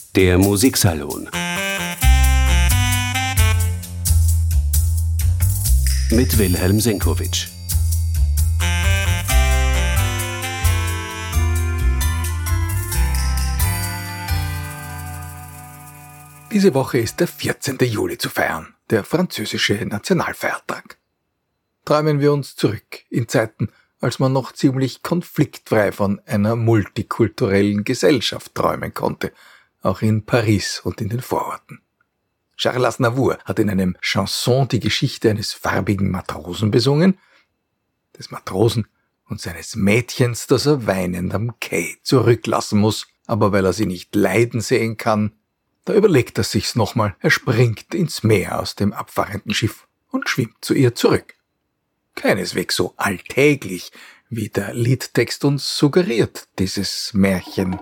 Der Musiksalon mit Wilhelm Senkowitsch. Diese Woche ist der 14. Juli zu feiern, der französische Nationalfeiertag. Träumen wir uns zurück in Zeiten, als man noch ziemlich konfliktfrei von einer multikulturellen Gesellschaft träumen konnte, auch in Paris und in den Vororten. Charles Aznavour hat in einem Chanson die Geschichte eines farbigen Matrosen besungen, des Matrosen und seines Mädchens, das er weinend am Quai zurücklassen muss, aber weil er sie nicht leiden sehen kann, da überlegt er sich's nochmal, er springt ins Meer aus dem abfahrenden Schiff und schwimmt zu ihr zurück. Keineswegs so alltäglich, wie der Liedtext uns suggeriert, dieses Märchen.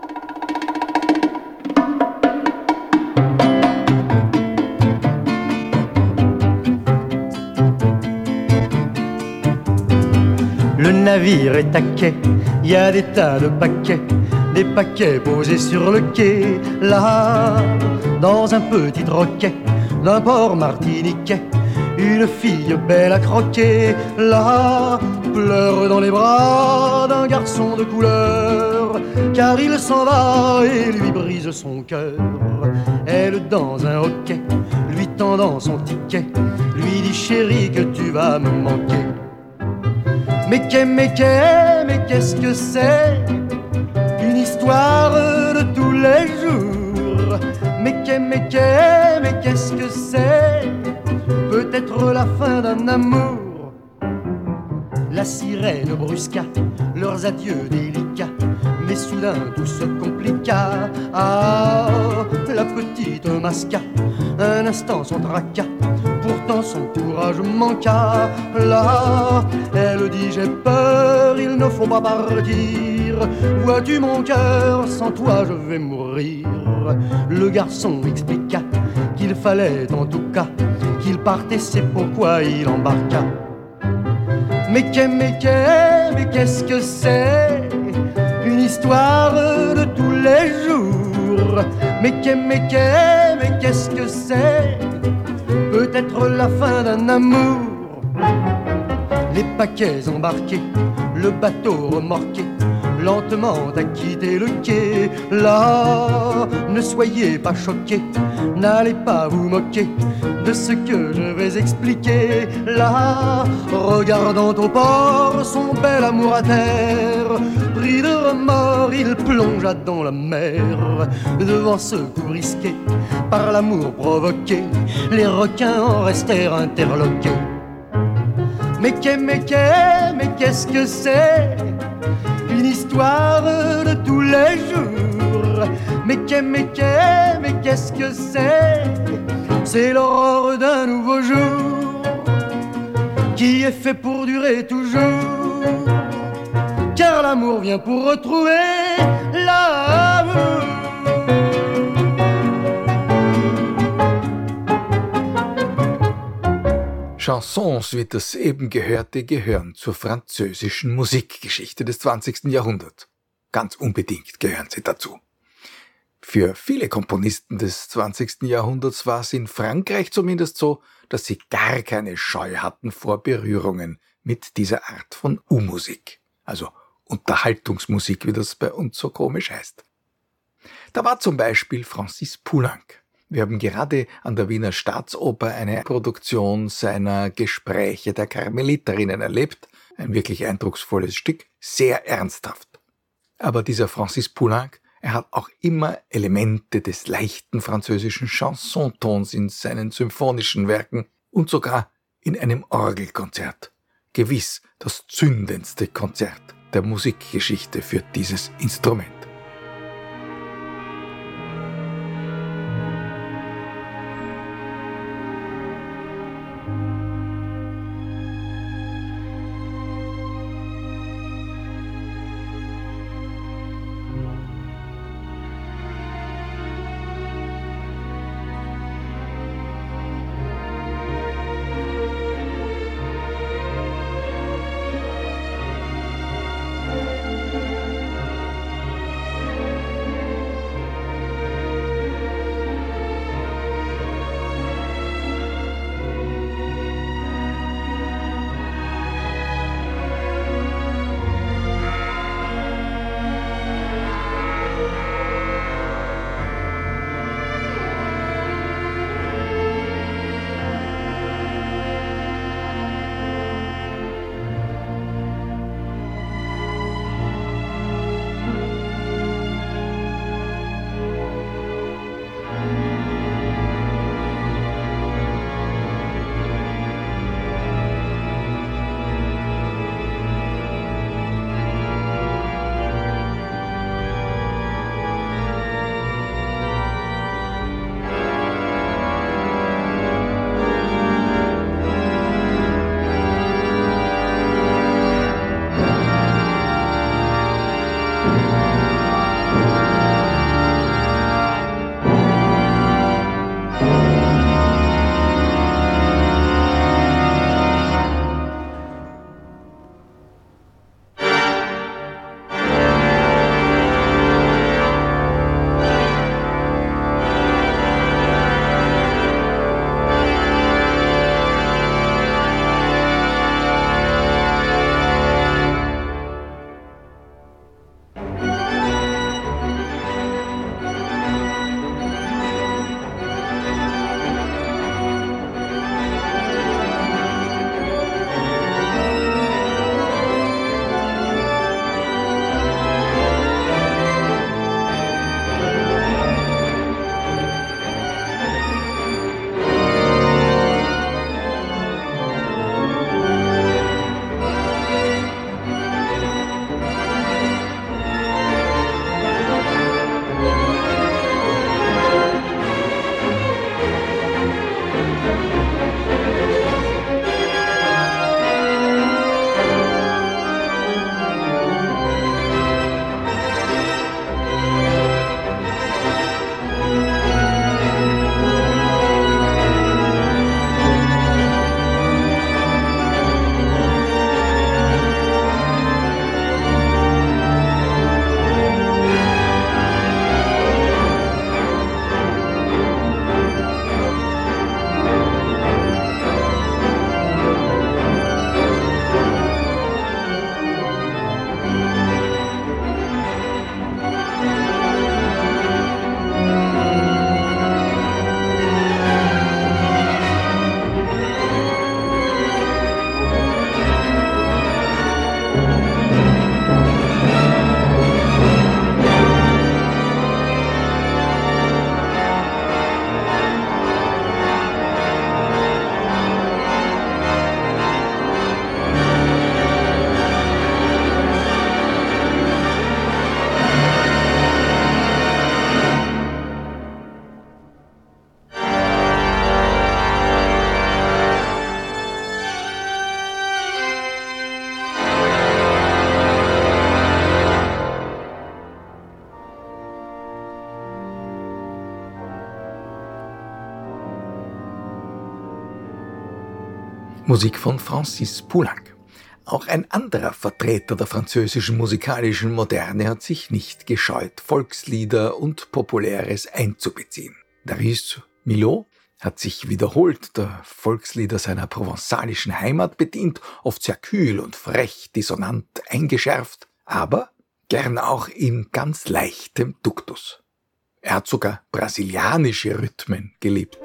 Le navire est à quai, il y a des tas de paquets posés sur le quai. Là, dans un petit troquet d'un port martiniquais, une fille belle à croquer. Là, pleure dans les bras d'un garçon de couleur, car il s'en va et lui brise son cœur. Elle dans un hoquet, lui tendant son ticket, lui dit chérie que tu vas me manquer. Mais qu'est-ce que c'est? Une histoire de tous les jours. Mais qu'est-ce que c'est? Peut-être la fin d'un amour. La sirène brusqua leurs adieux délicats, mais soudain tout se compliqua. Ah, la petite masqua un instant son tracas, pourtant son courage manqua. Là, elle dit j'ai peur, il ne faut pas partir. Vois-tu mon cœur, sans toi je vais mourir. Le garçon expliqua qu'il fallait en tout cas qu'il partait, c'est pourquoi il embarqua. Mais qu'est-ce que c'est? Une histoire de tous les jours. Mais qu'est-ce que c'est? Peut-être la fin d'un amour. Les paquets embarqués, le bateau remorqué, lentement a quitté le quai. Là, ne soyez pas choqués, n'allez pas vous moquer de ce que je vais expliquer. Là, regardant au port son bel amour à terre, pris de remords, il plongea dans la mer. Devant ce coup risqué, par l'amour provoqué, les requins en restèrent interloqués. Mais qu'est-ce que c'est? Une histoire de tous les jours. Mais qu'est-ce que c'est? C'est l'aurore d'un nouveau jour qui est fait pour durer toujours, car l'amour vient pour retrouver l'amour. Chansons wie das eben Gehörte gehören zur französischen Musikgeschichte des 20. Jahrhunderts. Ganz unbedingt gehören sie dazu. Für viele Komponisten des 20. Jahrhunderts war es in Frankreich zumindest so, dass sie gar keine Scheu hatten vor Berührungen mit dieser Art von U-Musik, also Unterhaltungsmusik, wie das bei uns so komisch heißt. Da war zum Beispiel Francis Poulenc. Wir haben gerade an der Wiener Staatsoper eine Produktion seiner Gespräche der Karmeliterinnen erlebt. Ein wirklich eindrucksvolles Stück, sehr ernsthaft. Aber dieser Francis Poulenc, er hat auch immer Elemente des leichten französischen Chansontons in seinen symphonischen Werken und sogar in einem Orgelkonzert. Gewiss das zündendste Konzert der Musikgeschichte für dieses Instrument. Musik von Francis Poulenc. Auch ein anderer Vertreter der französischen musikalischen Moderne hat sich nicht gescheut, Volkslieder und Populäres einzubeziehen. Darius Milhaud hat sich wiederholt der Volkslieder seiner provenzalischen Heimat bedient, oft sehr kühl und frech, dissonant eingeschärft, aber gern auch in ganz leichtem Duktus. Er hat sogar brasilianische Rhythmen geliebt.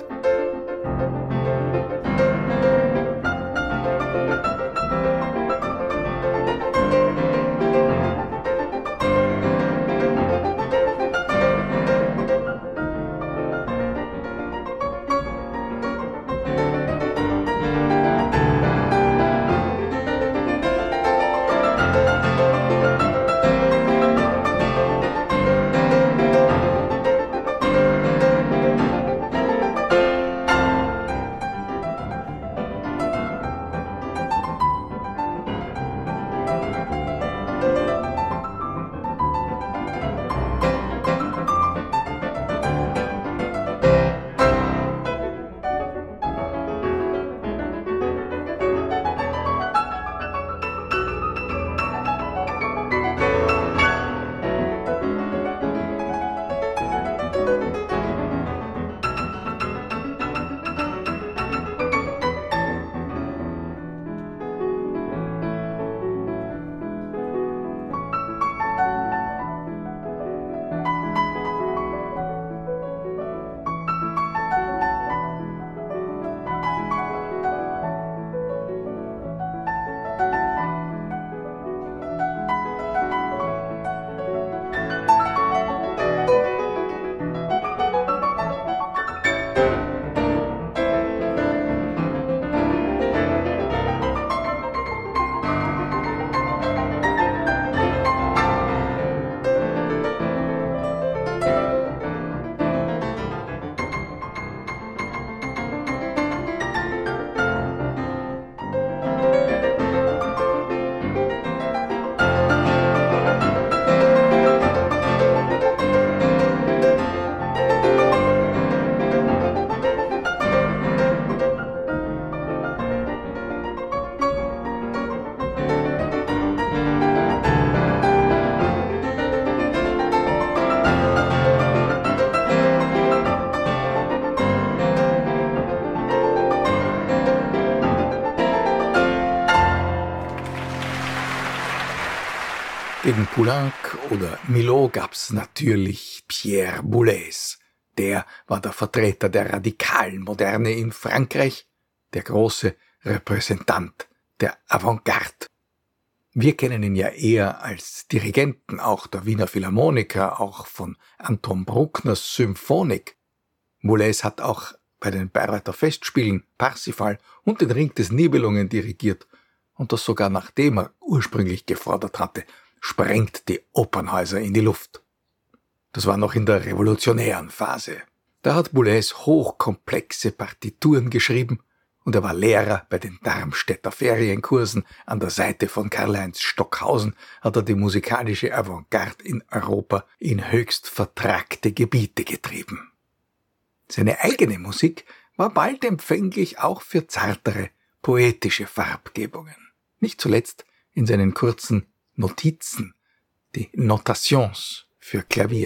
Gegen Poulenc oder Milhaud gab's natürlich Pierre Boulez. Der war der Vertreter der radikalen Moderne in Frankreich, der große Repräsentant der Avantgarde. Wir kennen ihn ja eher als Dirigenten, auch der Wiener Philharmoniker, auch von Anton Bruckners Symphonik. Boulez hat auch bei den Bayreuther Festspielen Parsifal und den Ring des Nibelungen dirigiert, und das sogar nachdem er ursprünglich gefordert hatte, sprengt die Opernhäuser in die Luft. Das war noch in der revolutionären Phase. Da hat Boulez hochkomplexe Partituren geschrieben und er war Lehrer bei den Darmstädter Ferienkursen. An der Seite von Karl-Heinz Stockhausen hat er die musikalische Avantgarde in Europa in höchst vertrackte Gebiete getrieben. Seine eigene Musik war bald empfänglich auch für zartere, poetische Farbgebungen. Nicht zuletzt in seinen kurzen Notizen, die Notations für Klavier.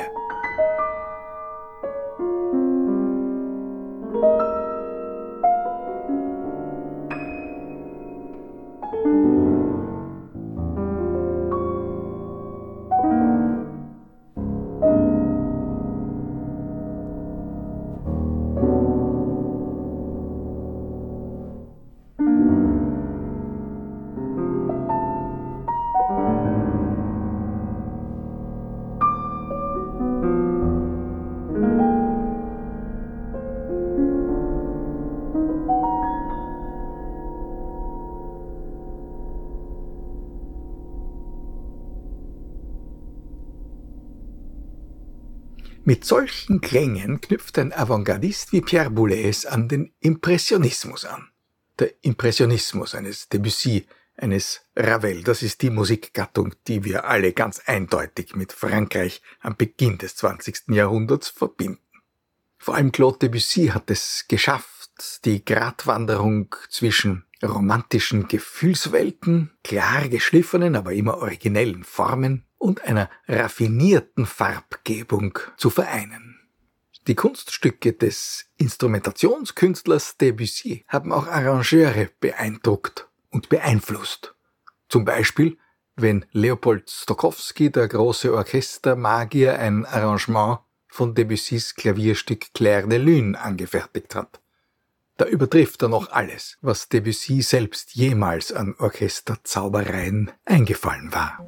Mit solchen Klängen knüpft ein Avantgardist wie Pierre Boulez an den Impressionismus an. Der Impressionismus eines Debussy, eines Ravel, das ist die Musikgattung, die wir alle ganz eindeutig mit Frankreich am Beginn des 20. Jahrhunderts verbinden. Vor allem Claude Debussy hat es geschafft, ist die Gratwanderung zwischen romantischen Gefühlswelten, klar geschliffenen, aber immer originellen Formen und einer raffinierten Farbgebung zu vereinen. Die Kunststücke des Instrumentationskünstlers Debussy haben auch Arrangeure beeindruckt und beeinflusst. Zum Beispiel, wenn Leopold Stokowski, der große Orchestermagier, ein Arrangement von Debussys Klavierstück Clair de Lune angefertigt hat. Da übertrifft er noch alles, was Debussy selbst jemals an Orchesterzaubereien eingefallen war.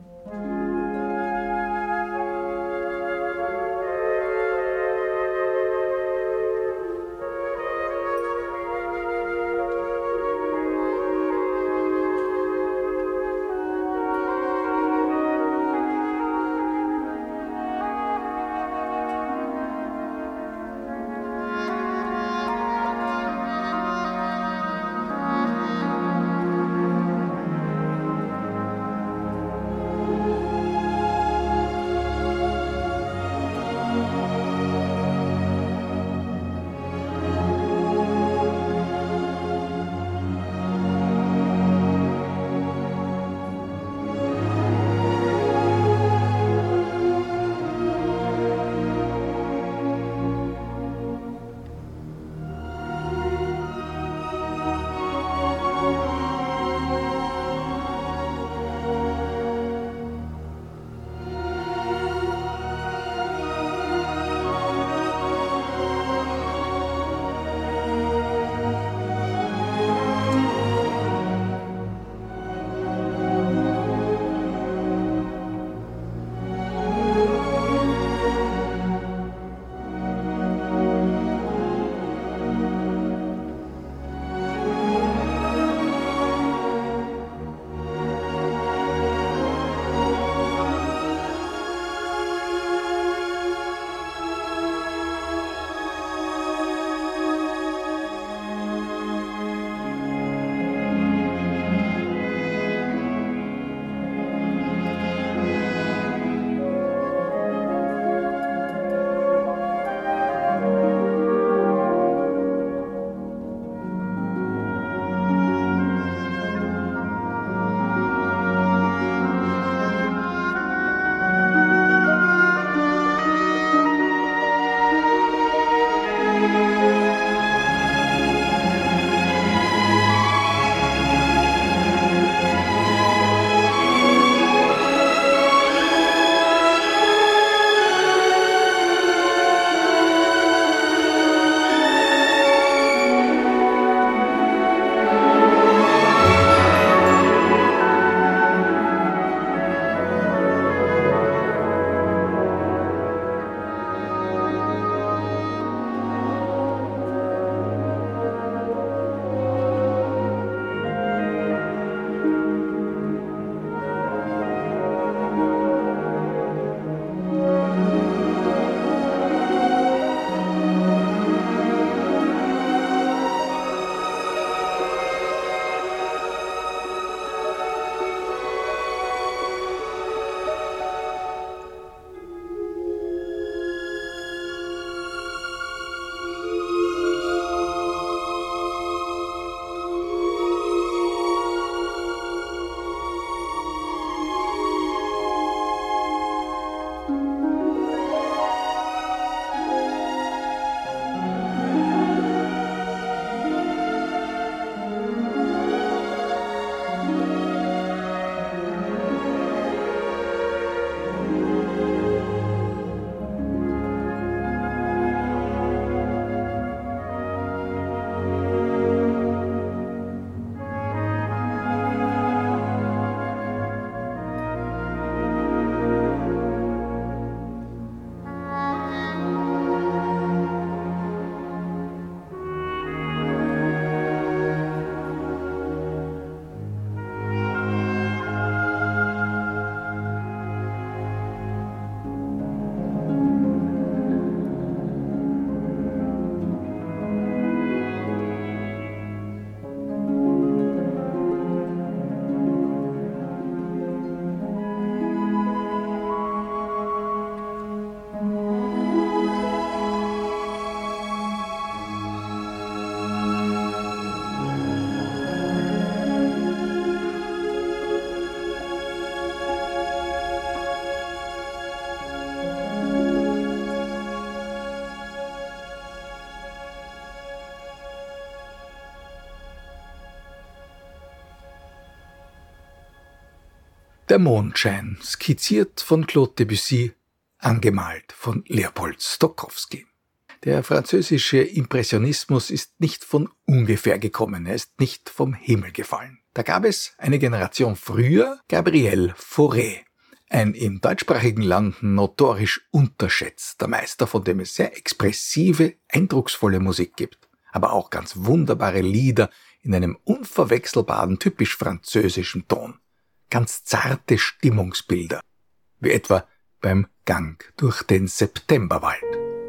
Der Mondschein, skizziert von Claude Debussy, angemalt von Leopold Stokowski. Der französische Impressionismus ist nicht von ungefähr gekommen, er ist nicht vom Himmel gefallen. Da gab es eine Generation früher Gabriel Fauré, ein im deutschsprachigen Land notorisch unterschätzter Meister, von dem es sehr expressive, eindrucksvolle Musik gibt, aber auch ganz wunderbare Lieder in einem unverwechselbaren, typisch französischen Ton. Ganz zarte Stimmungsbilder, wie etwa beim Gang durch den Septemberwald.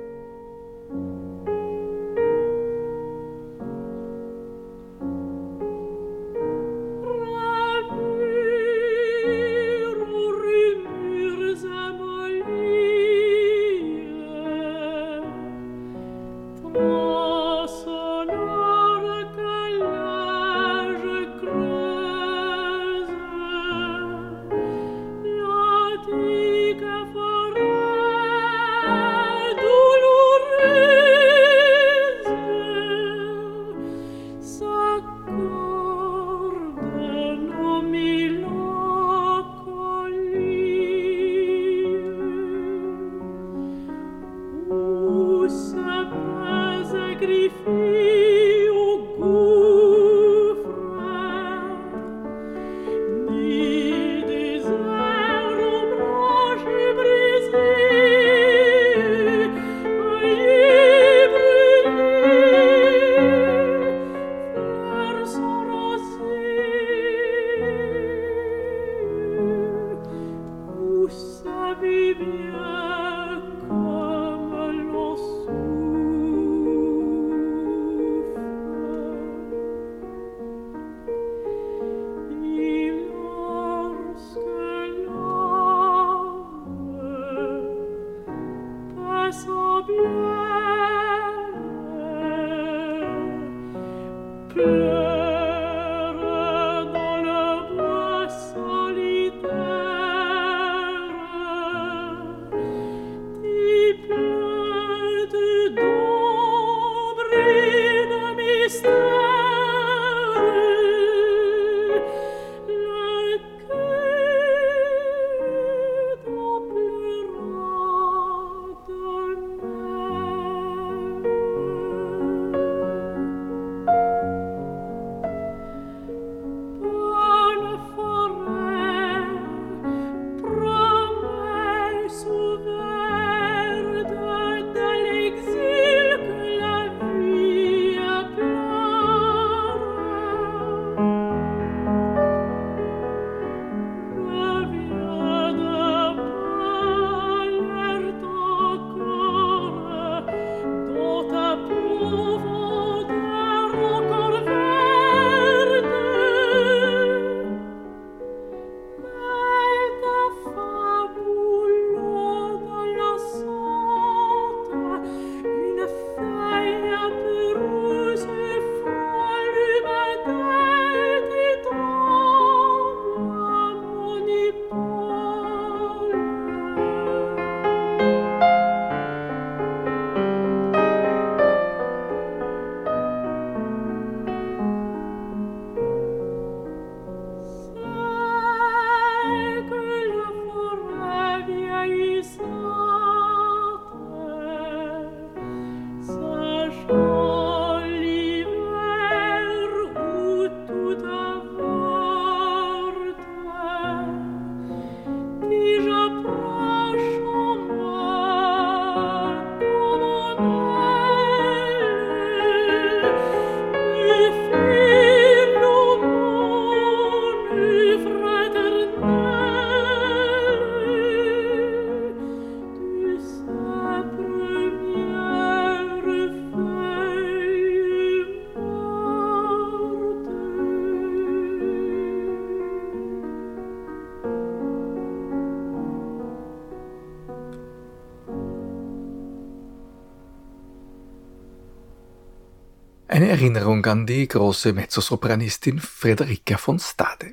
Eine Erinnerung an die große Mezzosopranistin Frederica von Stade.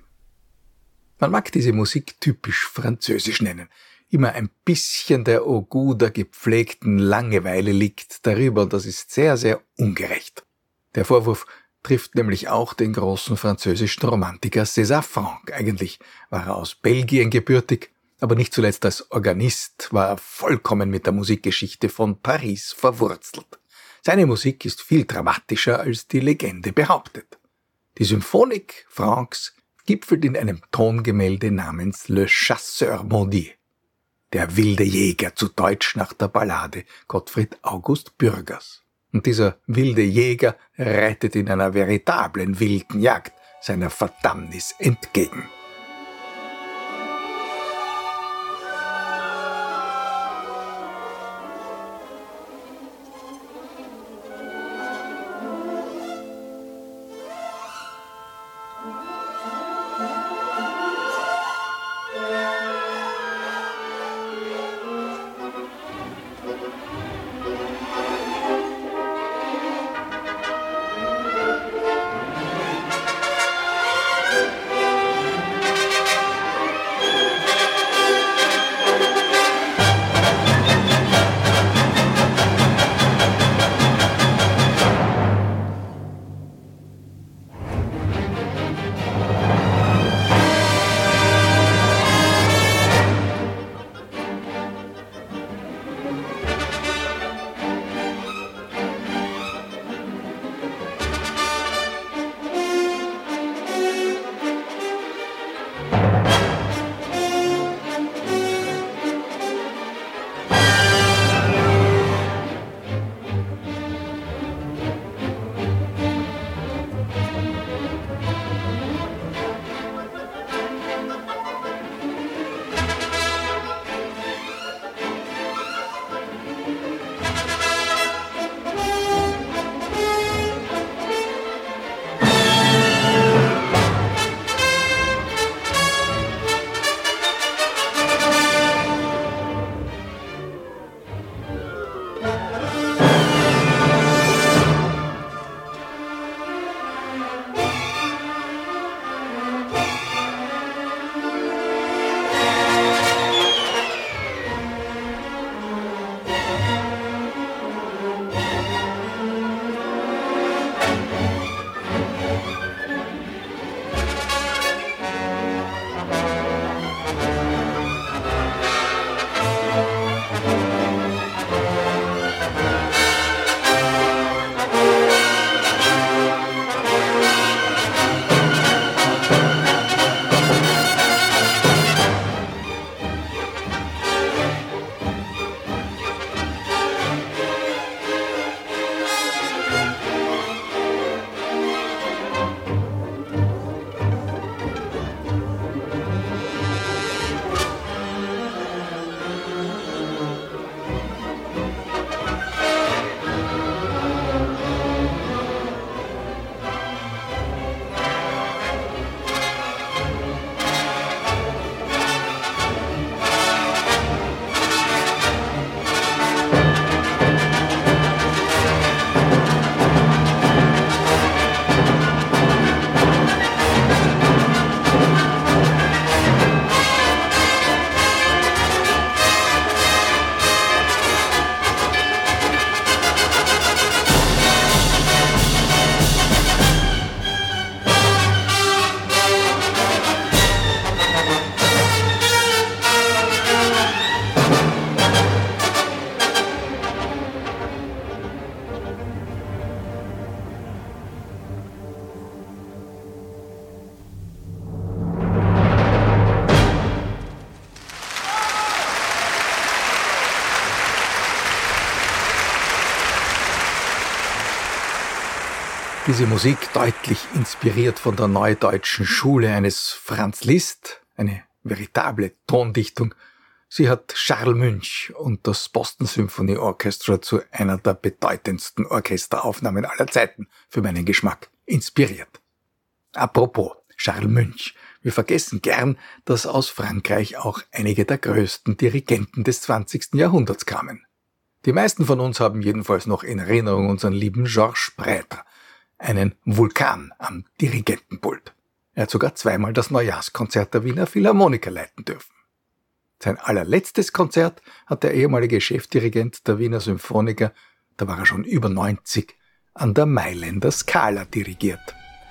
Man mag diese Musik typisch französisch nennen. Immer ein bisschen der Au der gepflegten Langeweile liegt darüber und das ist sehr, sehr ungerecht. Der Vorwurf trifft nämlich auch den großen französischen Romantiker César Franck. Eigentlich war er aus Belgien gebürtig, aber nicht zuletzt als Organist war er vollkommen mit der Musikgeschichte von Paris verwurzelt. Seine Musik ist viel dramatischer, als die Legende behauptet. Die Symphonik Francks gipfelt in einem Tongemälde namens Le Chasseur Maudit, der wilde Jäger, zu Deutsch nach der Ballade Gottfried August Bürgers. Und dieser wilde Jäger reitet in einer veritablen wilden Jagd seiner Verdammnis entgegen. Diese Musik, deutlich inspiriert von der neudeutschen Schule eines Franz Liszt, eine veritable Tondichtung. Sie hat Charles Münch und das Boston Symphony Orchestra zu einer der bedeutendsten Orchesteraufnahmen aller Zeiten für meinen Geschmack inspiriert. Apropos Charles Münch, wir vergessen gern, dass aus Frankreich auch einige der größten Dirigenten des 20. Jahrhunderts kamen. Die meisten von uns haben jedenfalls noch in Erinnerung unseren lieben Georges Prêtre, einen Vulkan am Dirigentenpult. Er hat sogar zweimal das Neujahrskonzert der Wiener Philharmoniker leiten dürfen. Sein allerletztes Konzert hat der ehemalige Chefdirigent der Wiener Symphoniker, da war er schon über 90, an der Mailänder Scala dirigiert.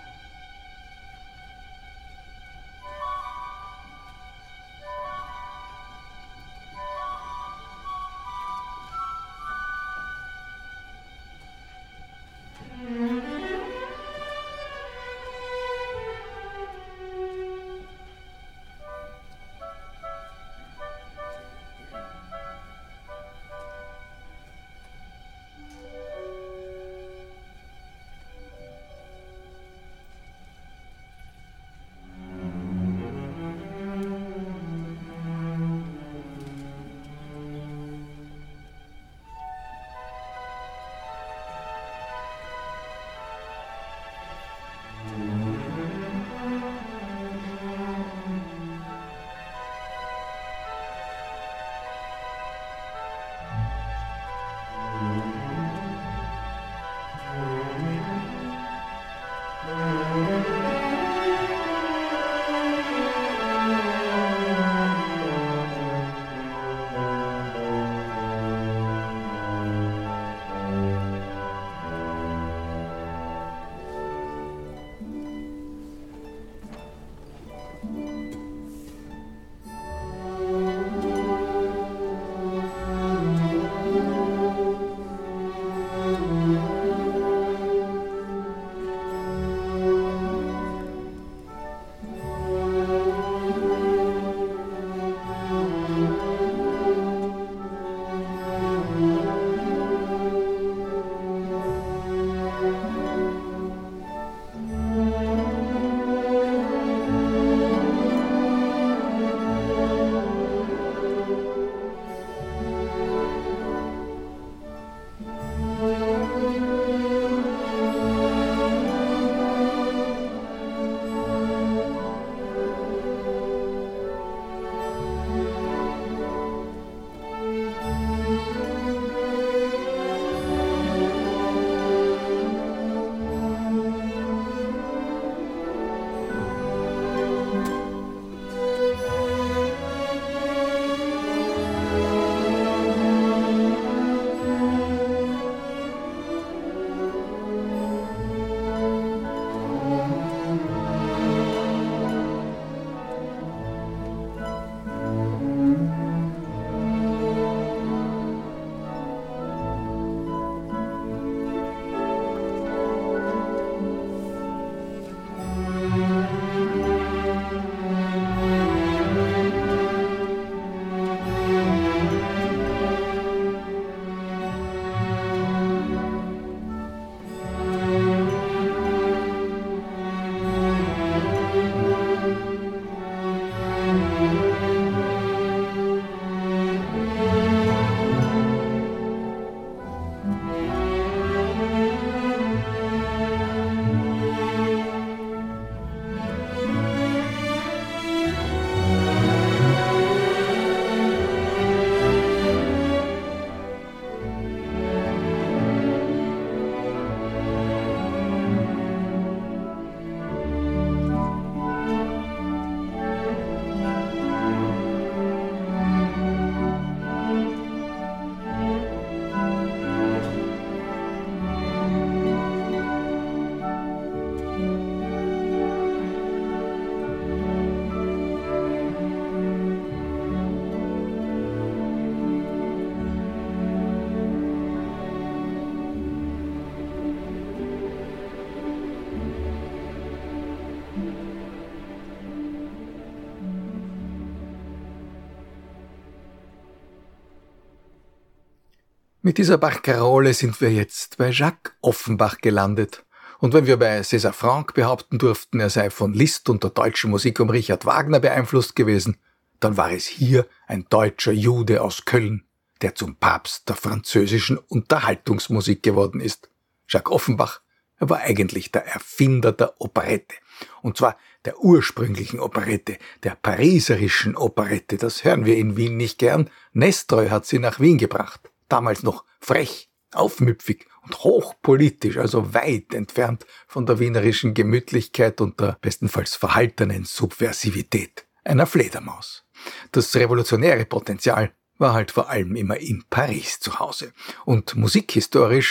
Mit dieser Barcarolle sind wir jetzt bei Jacques Offenbach gelandet. Und wenn wir bei César Franck behaupten durften, er sei von Liszt und der deutschen Musik um Richard Wagner beeinflusst gewesen, dann war es hier ein deutscher Jude aus Köln, der zum Papst der französischen Unterhaltungsmusik geworden ist. Jacques Offenbach, er war eigentlich der Erfinder der Operette. Und zwar der ursprünglichen Operette, der pariserischen Operette. Das hören wir in Wien nicht gern. Nestroy hat sie nach Wien gebracht. Damals noch frech, aufmüpfig und hochpolitisch, also weit entfernt von der wienerischen Gemütlichkeit und der bestenfalls verhaltenen Subversivität einer Fledermaus. Das revolutionäre Potenzial war halt vor allem immer in Paris zu Hause. Und musikhistorisch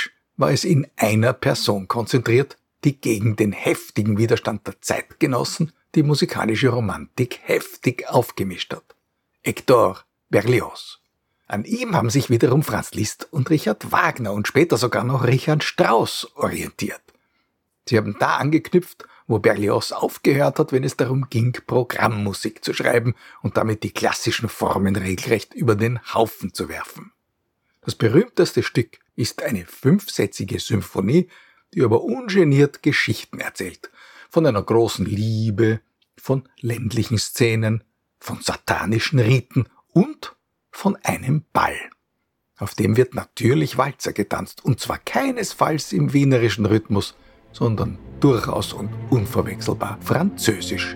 war es in einer Person konzentriert, die gegen den heftigen Widerstand der Zeitgenossen die musikalische Romantik heftig aufgemischt hat. Hector Berlioz. An ihm haben sich wiederum Franz Liszt und Richard Wagner und später sogar noch Richard Strauss orientiert. Sie haben da angeknüpft, wo Berlioz aufgehört hat, wenn es darum ging, Programmmusik zu schreiben und damit die klassischen Formen regelrecht über den Haufen zu werfen. Das berühmteste Stück ist eine 5-sätzige Symphonie, die aber ungeniert Geschichten erzählt. Von einer großen Liebe, von ländlichen Szenen, von satanischen Riten und von einem Ball. Auf dem wird natürlich Walzer getanzt, und zwar keinesfalls im wienerischen Rhythmus, sondern durchaus und unverwechselbar französisch.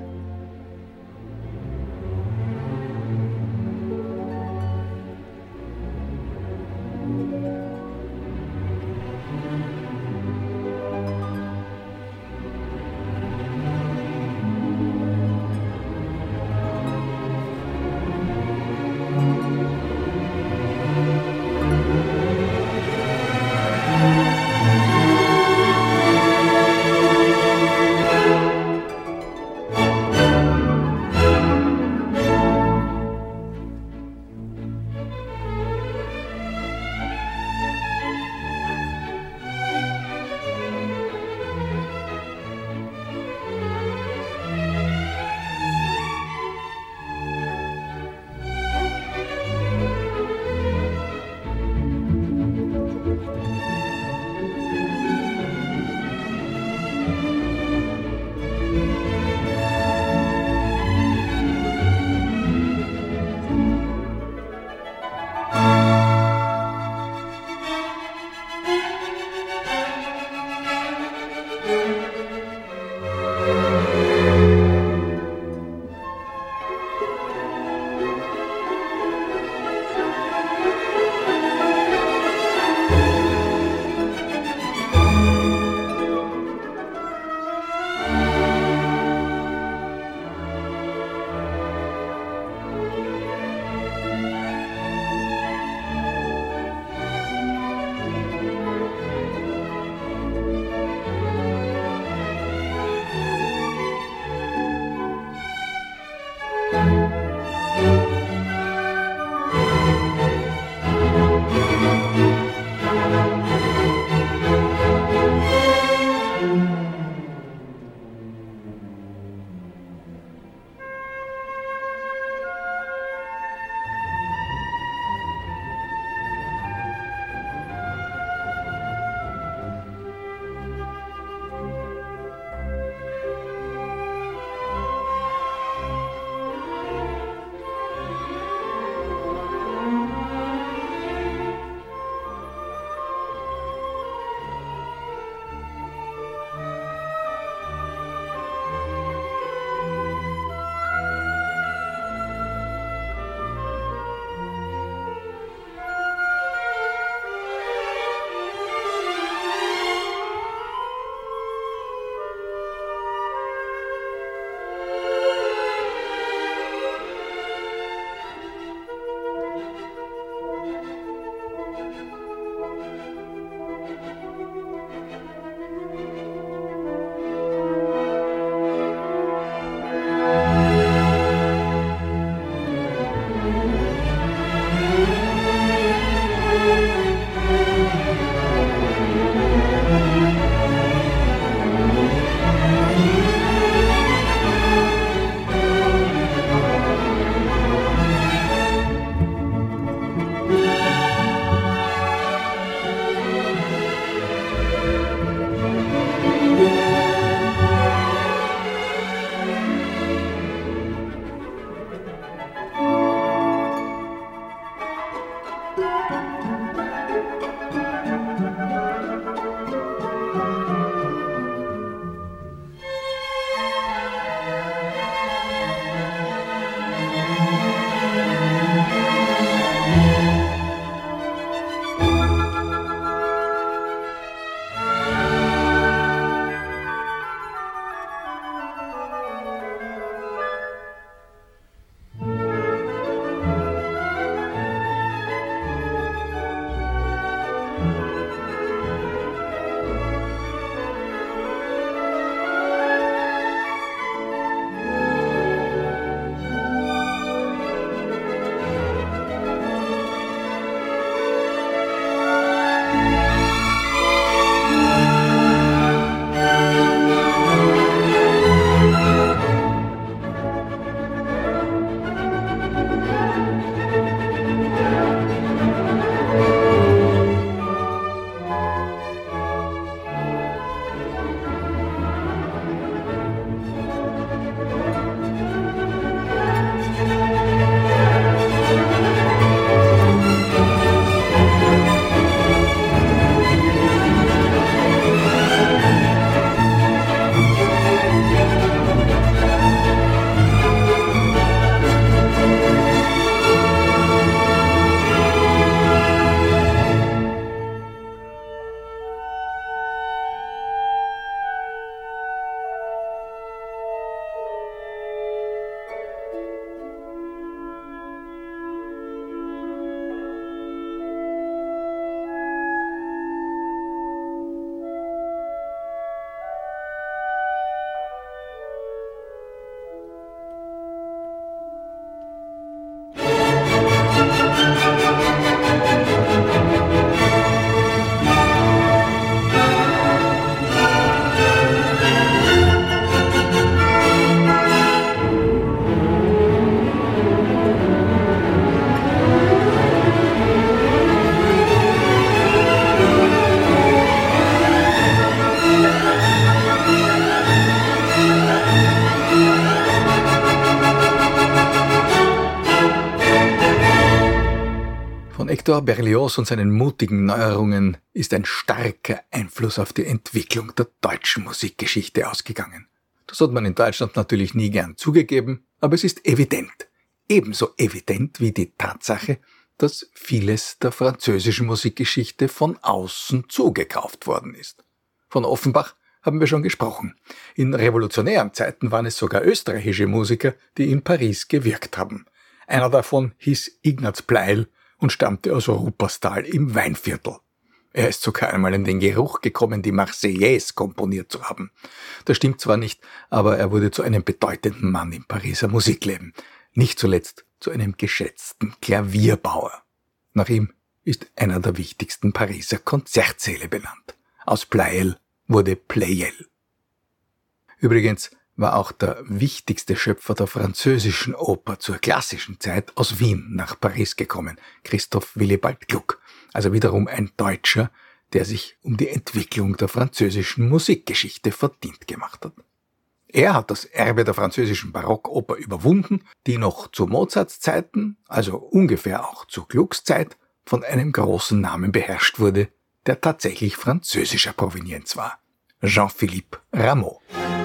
Victor Berlioz und seinen mutigen Neuerungen ist ein starker Einfluss auf die Entwicklung der deutschen Musikgeschichte ausgegangen. Das hat man in Deutschland natürlich nie gern zugegeben, aber es ist evident. Ebenso evident wie die Tatsache, dass vieles der französischen Musikgeschichte von außen zugekauft worden ist. Von Offenbach haben wir schon gesprochen. In revolutionären Zeiten waren es sogar österreichische Musiker, die in Paris gewirkt haben. Einer davon hieß Ignaz Pleil und stammte aus Rupperstal im Weinviertel. Er ist sogar einmal in den Geruch gekommen, die Marseillaise komponiert zu haben. Das stimmt zwar nicht, aber er wurde zu einem bedeutenden Mann im Pariser Musikleben. Nicht zuletzt zu einem geschätzten Klavierbauer. Nach ihm ist einer der wichtigsten Pariser Konzertsäle benannt. Aus Pleyel wurde Pleyel. Übrigens war auch der wichtigste Schöpfer der französischen Oper zur klassischen Zeit aus Wien nach Paris gekommen, Christoph Willibald Gluck, also wiederum ein Deutscher, der sich um die Entwicklung der französischen Musikgeschichte verdient gemacht hat. Er hat das Erbe der französischen Barockoper überwunden, die noch zu Mozarts Zeiten, also ungefähr auch zu Glucks Zeit, von einem großen Namen beherrscht wurde, der tatsächlich französischer Provenienz war: Jean-Philippe Rameau.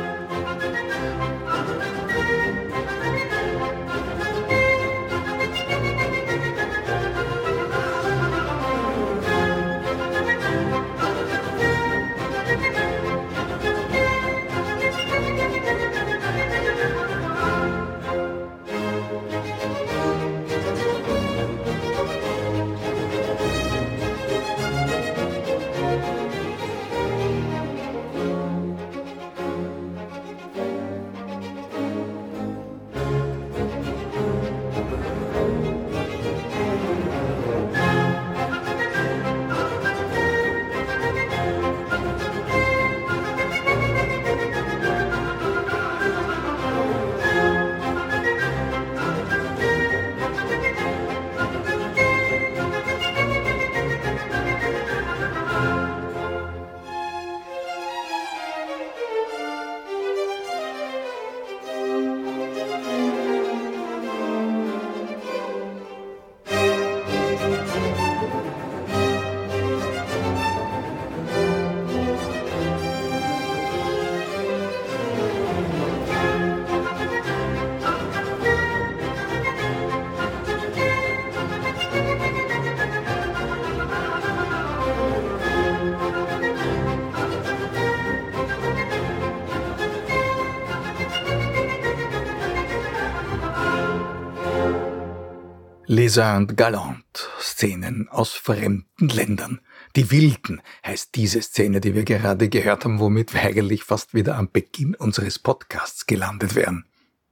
Les Indes Galantes, Szenen aus fremden Ländern. Die Wilden heißt diese Szene, die wir gerade gehört haben, womit wir eigentlich fast wieder am Beginn unseres Podcasts gelandet wären.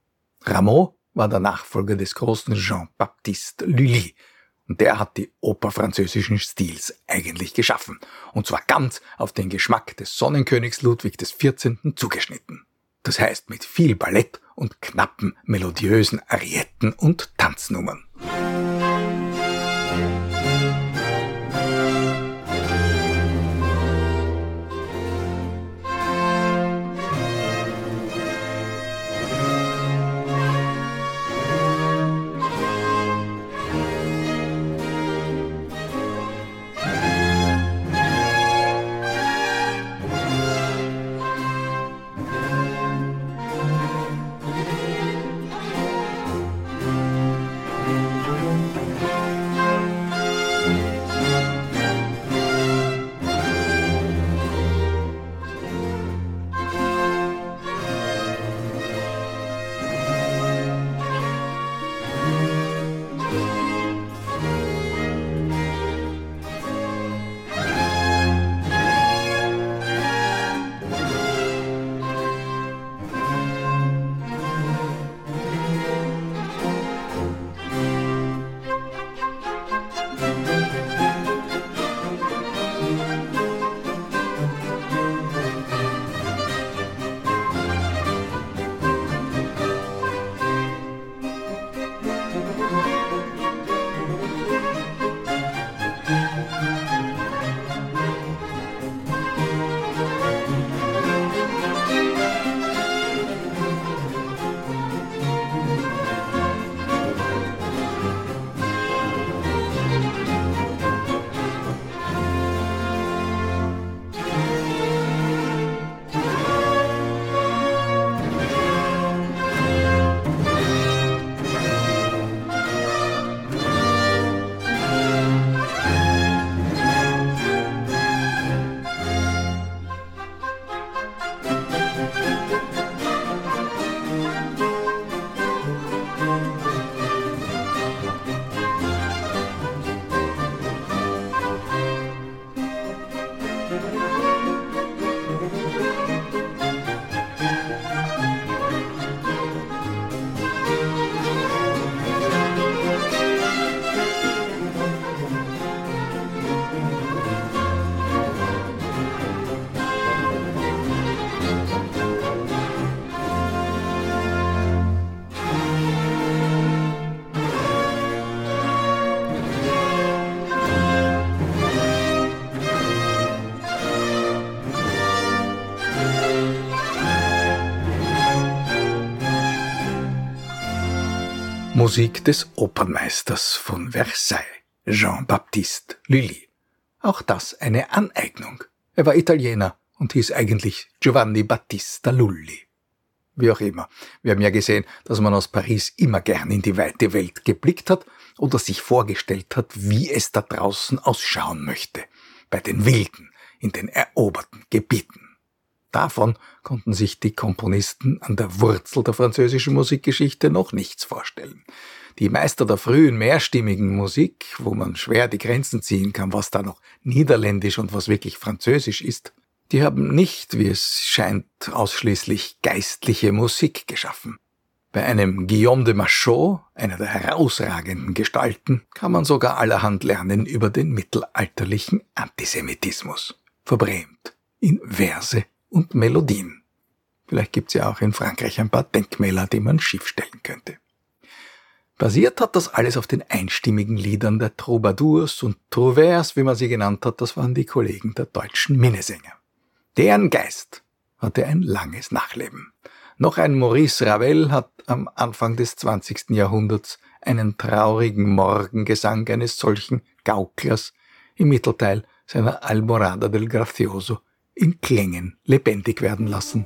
Rameau war der Nachfolger des großen Jean-Baptiste Lully und der hat die Oper französischen Stils eigentlich geschaffen, und zwar ganz auf den Geschmack des Sonnenkönigs Ludwig XIV. Zugeschnitten. Das heißt mit viel Ballett und knappen, melodiösen Arietten und Tanznummern. Musik des Opernmeisters von Versailles, Jean-Baptiste Lully. Auch das eine Aneignung. Er war Italiener und hieß eigentlich Giovanni Battista Lully. Wie auch immer, wir haben ja gesehen, dass man aus Paris immer gern in die weite Welt geblickt hat oder sich vorgestellt hat, wie es da draußen ausschauen möchte, bei den Wilden, in den eroberten Gebieten. Davon konnten sich die Komponisten an der Wurzel der französischen Musikgeschichte noch nichts vorstellen. Die Meister der frühen mehrstimmigen Musik, wo man schwer die Grenzen ziehen kann, was da noch niederländisch und was wirklich französisch ist, die haben nicht, wie es scheint, ausschließlich geistliche Musik geschaffen. Bei einem Guillaume de Machaut, einer der herausragenden Gestalten, kann man sogar allerhand lernen über den mittelalterlichen Antisemitismus, verbrämt in Verse und Melodien. Vielleicht gibt's ja auch in Frankreich ein paar Denkmäler, die man schief stellen könnte. Basiert hat das alles auf den einstimmigen Liedern der Troubadours und Trouvères, wie man sie genannt hat, das waren die Kollegen der deutschen Minnesänger. Deren Geist hatte ein langes Nachleben. Noch ein Maurice Ravel hat am Anfang des 20. Jahrhunderts einen traurigen Morgengesang eines solchen Gauklers im Mittelteil seiner Alborada del Gracioso in Klängen lebendig werden lassen.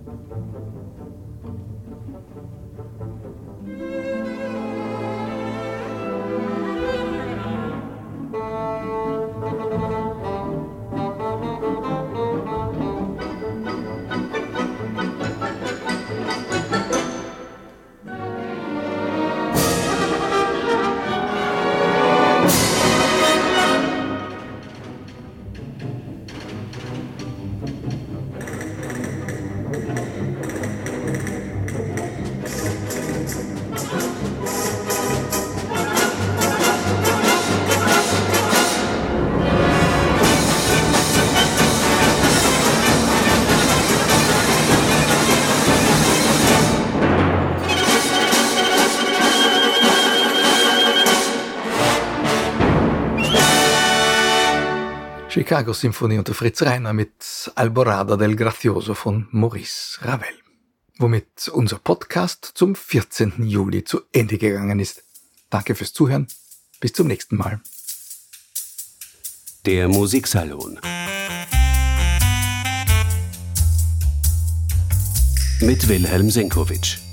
Chicago-Symphonie unter Fritz Reiner mit Alborada del Gracioso von Maurice Ravel. Womit unser Podcast zum 14. Juli zu Ende gegangen ist. Danke fürs Zuhören. Bis zum nächsten Mal. Der Musiksalon mit Wilhelm Senkowitsch.